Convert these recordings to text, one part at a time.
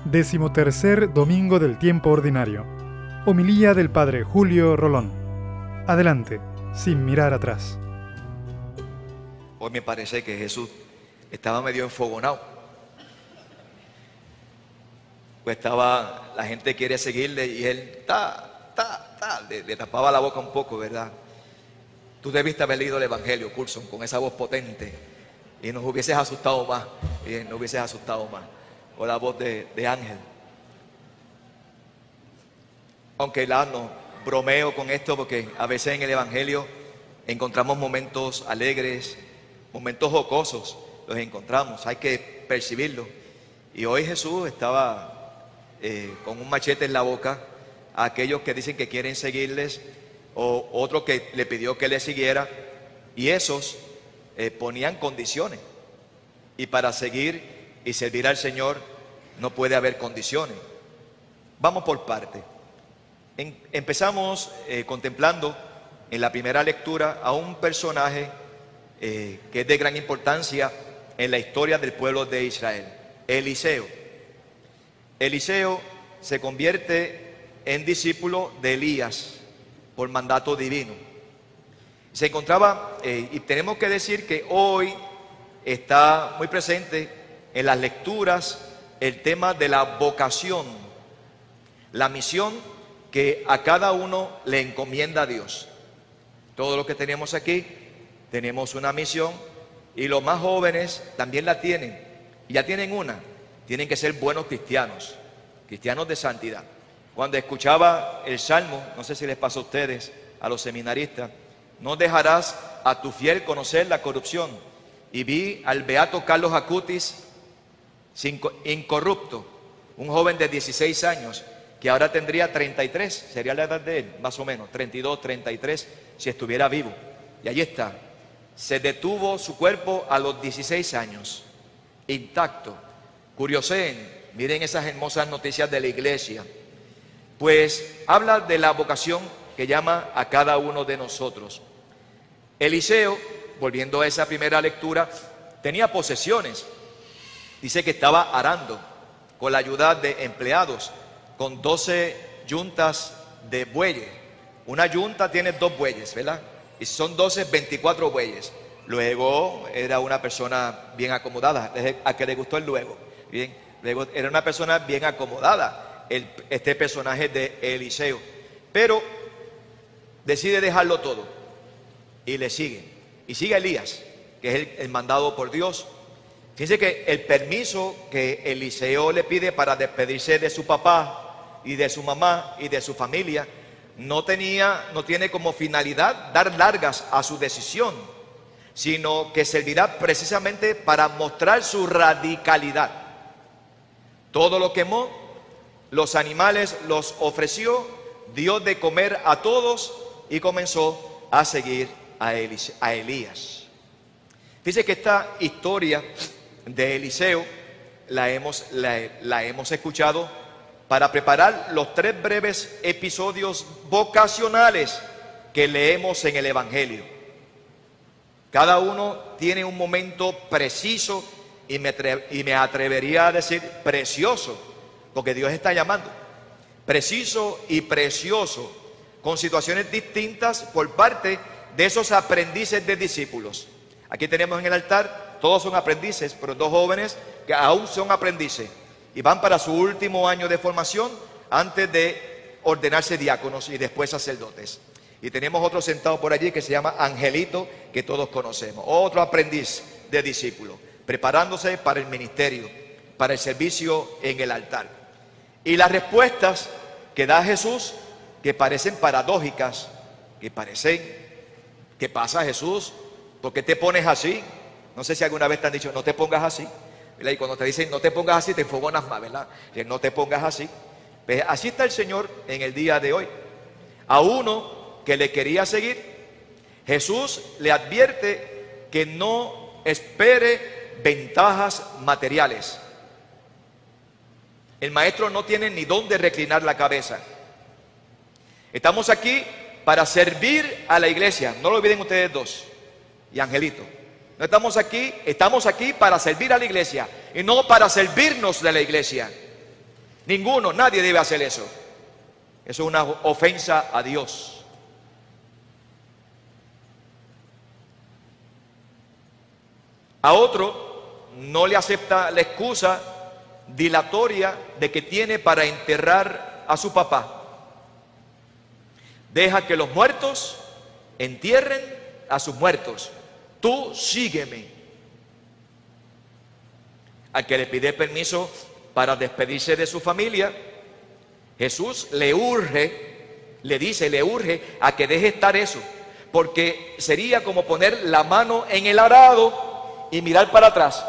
Decimotercer domingo del tiempo ordinario. Homilía del Padre Julio Rolón. Adelante, sin mirar atrás. Hoy me parece que Jesús estaba medio enfogonado. Pues la gente quiere seguirle y él le tapaba la boca un poco, ¿verdad? Tú debiste haber leído el Evangelio, Coulson, con esa voz potente y nos hubieses asustado más, o la voz de Ángel. Aunque no bromeo con esto porque a veces en el Evangelio encontramos momentos alegres, momentos jocosos, los encontramos, hay que percibirlo. Y hoy Jesús estaba con un machete en la boca a aquellos que dicen que quieren seguirles, o otro que le pidió que le siguiera, y esos ponían condiciones. Y para seguir y servir al Señor no puede haber condiciones. Vamos por parte. Empezamos contemplando en la primera lectura a un personaje que es de gran importancia en la historia del pueblo de Israel, Eliseo. Eliseo se convierte en discípulo de Elías por mandato divino. Se encontraba, y tenemos que decir que hoy está muy presente en las lecturas el tema de la vocación, la misión que a cada uno le encomienda a Dios. Todos los que tenemos aquí tenemos una misión, y los más jóvenes también la tienen, y ya tienen una. Tienen que ser buenos cristianos, cristianos de santidad. Cuando escuchaba el Salmo, no sé si les pasó a ustedes, a los seminaristas, no dejarás a tu fiel conocer la corrupción, y vi al beato Carlos Acutis incorrupto, un joven de 16 años, que ahora tendría 33, sería la edad de él, más o menos, 32, 33, si estuviera vivo. Y allí está, se detuvo su cuerpo a los 16 años, intacto. Curioseen, miren esas hermosas noticias de la iglesia. Pues habla de la vocación que llama a cada uno de nosotros. Eliseo, volviendo a esa primera lectura, tenía posesiones. Dice que estaba arando con la ayuda de empleados, con 12 yuntas de bueyes. Una yunta tiene 2 bueyes, ¿verdad? Y si son 12, 24 bueyes. Luego era una persona bien acomodada. ¿A que le gustó el luego? Bien, luego era una persona bien acomodada, este personaje de Eliseo. Pero decide dejarlo todo y le sigue. Y sigue a Elías, que es el mandado por Dios. Fíjense que el permiso que Eliseo le pide para despedirse de su papá y de su mamá y de su familia no tiene como finalidad dar largas a su decisión, sino que servirá precisamente para mostrar su radicalidad. Todo lo quemó, los animales los ofreció, dio de comer a todos y comenzó a seguir a Elías. Fíjense que esta historia de Eliseo la hemos escuchado para preparar los 3 breves episodios vocacionales que leemos en el Evangelio. Cada uno tiene un momento preciso y me atrevería a decir precioso, porque Dios está llamando. Preciso y precioso, con situaciones distintas por parte de esos aprendices de discípulos. Aquí tenemos en el altar, todos son aprendices, pero 2 jóvenes que aún son aprendices y van para su último año de formación antes de ordenarse diáconos y después sacerdotes. Y tenemos otro sentado por allí que se llama Angelito, que todos conocemos, otro aprendiz de discípulo, preparándose para el ministerio, para el servicio en el altar. Y las respuestas que da Jesús, que parecen paradójicas, que parecen, ¿qué pasa, Jesús? ¿Por qué te pones así? No sé si alguna vez te han dicho, no te pongas así, ¿verdad? Y cuando te dicen, no te pongas así, te enfogonas más, ¿verdad? Que no te pongas así. Pues así está el Señor en el día de hoy. A uno que le quería seguir, Jesús le advierte que no espere ventajas materiales. El maestro no tiene ni dónde reclinar la cabeza. Estamos aquí para servir a la iglesia. No lo olviden ustedes dos. Y Angelito. No estamos aquí para servir a la iglesia y no para servirnos de la iglesia. Ninguno, nadie debe hacer eso. Eso es una ofensa a Dios. A otro no le acepta la excusa dilatoria de que tiene para enterrar a su papá. Deja que los muertos entierren a sus muertos. Tú sígueme. Al que le pide permiso para despedirse de su familia, Jesús le urge a que deje estar eso, porque sería como poner la mano en el arado y mirar para atrás.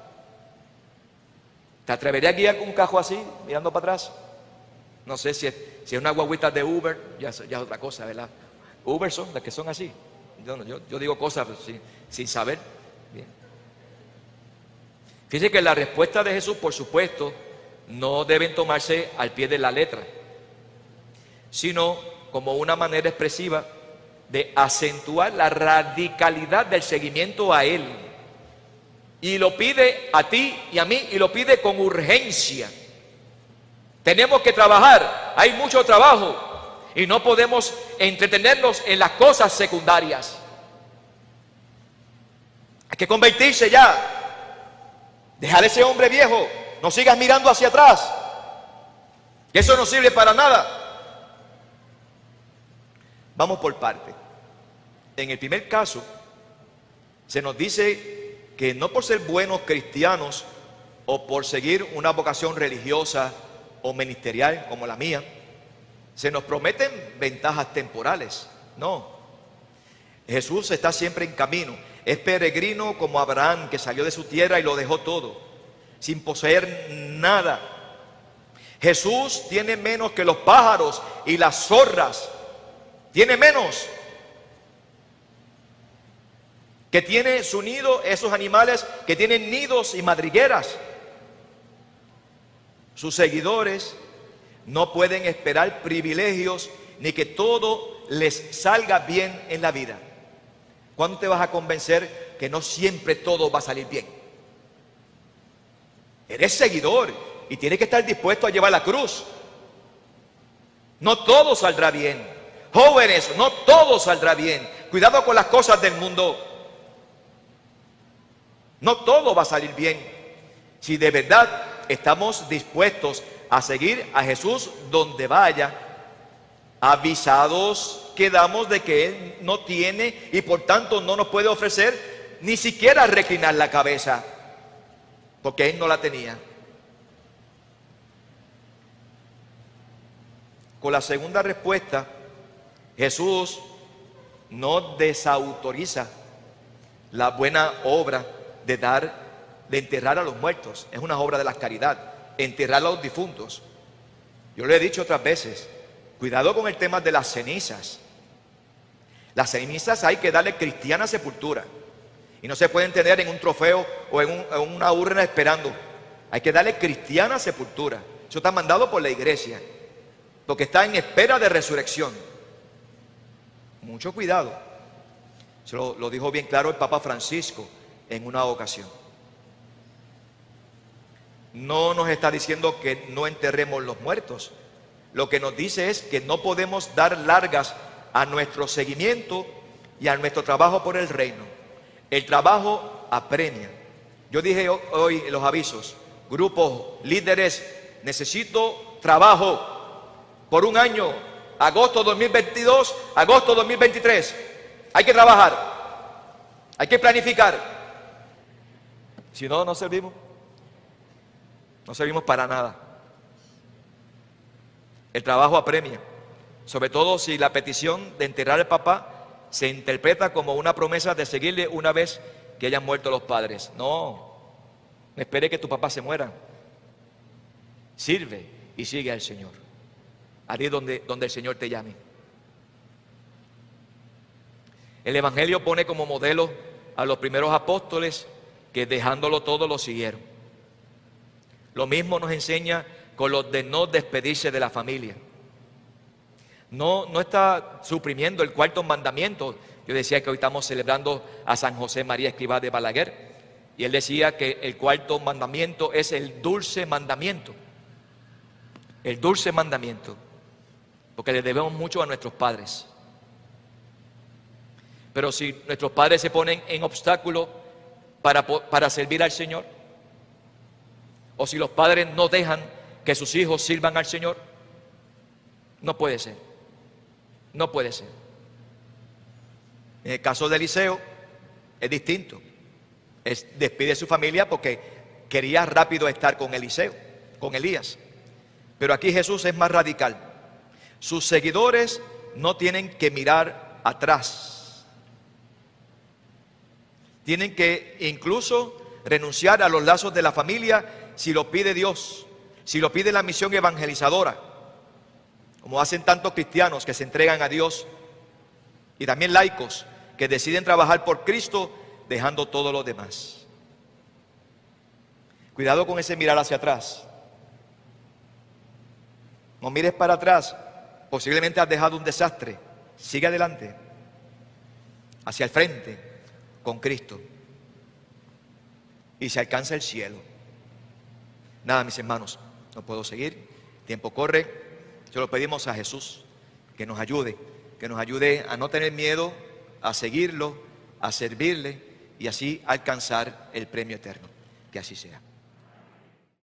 ¿Te atreverías a guiar con un cajo así, mirando para atrás? No sé si es una guaguita de Uber, ya es otra cosa, ¿verdad? Uber son las que son así. Yo digo cosas sin saber. Bien. Fíjense que la respuesta de Jesús, por supuesto, no deben tomarse al pie de la letra, sino como una manera expresiva de acentuar la radicalidad del seguimiento a Él. Y lo pide a ti y a mí, y lo pide con urgencia. Tenemos que trabajar, hay mucho trabajo, y no podemos entretenernos en las cosas secundarias. Hay que convertirse ya. Dejar ese hombre viejo, no sigas mirando hacia atrás, que eso no sirve para nada. Vamos por parte. En el primer caso, se nos dice que no por ser buenos cristianos o por seguir una vocación religiosa o ministerial como la mía, se nos prometen ventajas temporales. No. Jesús está siempre en camino. Es peregrino como Abraham, que salió de su tierra y lo dejó todo, sin poseer nada. Jesús tiene menos que los pájaros y las zorras. Tiene menos. Que tiene su nido, esos animales que tienen nidos y madrigueras. Sus seguidores no pueden esperar privilegios ni que todo les salga bien en la vida. ¿Cuándo te vas a convencer que no siempre todo va a salir bien? Eres seguidor y tienes que estar dispuesto a llevar la cruz. No todo saldrá bien. Jóvenes, no todo saldrá bien. Cuidado con las cosas del mundo. No todo va a salir bien. Si de verdad estamos dispuestos a seguir a Jesús donde vaya, avisados quedamos de que Él no tiene y por tanto no nos puede ofrecer ni siquiera reclinar la cabeza, porque Él no la tenía. Con la segunda respuesta, Jesús no desautoriza la buena obra de enterrar a los muertos. Es una obra de la caridad, enterrar a los difuntos. Yo lo he dicho otras veces, cuidado con el tema de las cenizas. Las cenizas hay que darle cristiana sepultura y no se pueden tener en un trofeo o en una urna esperando. Hay que darle cristiana sepultura. Eso está mandado por la iglesia, porque está en espera de resurrección. Mucho cuidado. Eso lo dijo bien claro el Papa Francisco en una ocasión. No nos está diciendo que no enterremos los muertos. Lo que nos dice es que no podemos dar largas a nuestro seguimiento y a nuestro trabajo por el reino. El trabajo apremia. Yo dije hoy en los avisos, grupos, líderes, necesito trabajo por un año, agosto 2022, agosto 2023. Hay que trabajar, hay que planificar. Si no, no servimos. No servimos para nada. El trabajo apremia, sobre todo si la petición de enterrar al papá se interpreta como una promesa de seguirle una vez que hayan muerto los padres. No espere que tu papá se muera. Sirve y sigue al Señor. Allí donde el Señor te llame. El Evangelio pone como modelo a los primeros apóstoles que dejándolo todo lo siguieron. Lo mismo nos enseña con los de no despedirse de la familia. No está suprimiendo el cuarto mandamiento. Yo decía que hoy estamos celebrando a San José María Escrivá de Balaguer, y él decía que el cuarto mandamiento es el dulce mandamiento. el dulce mandamiento, porque le debemos mucho a nuestros padres. Pero si nuestros padres se ponen en obstáculo para servir al Señor, o si los padres no dejan que sus hijos sirvan al Señor, no puede ser. No puede ser. En el caso de Eliseo es distinto. Él despide a su familia porque quería rápido estar con Eliseo, con Elías. Pero aquí Jesús es más radical. Sus seguidores no tienen que mirar atrás. Tienen que incluso renunciar a los lazos de la familia si lo pide Dios, si lo pide la misión evangelizadora, como hacen tantos cristianos que se entregan a Dios, y también laicos que deciden trabajar por Cristo dejando todo lo demás. Cuidado con ese mirar hacia atrás. No mires para atrás, posiblemente has dejado un desastre. Sigue adelante, hacia el frente, con Cristo, y se alcanza el cielo. Nada, mis hermanos, no puedo seguir, el tiempo corre. Se lo pedimos a Jesús que nos ayude a no tener miedo, a seguirlo, a servirle y así alcanzar el premio eterno. Que así sea.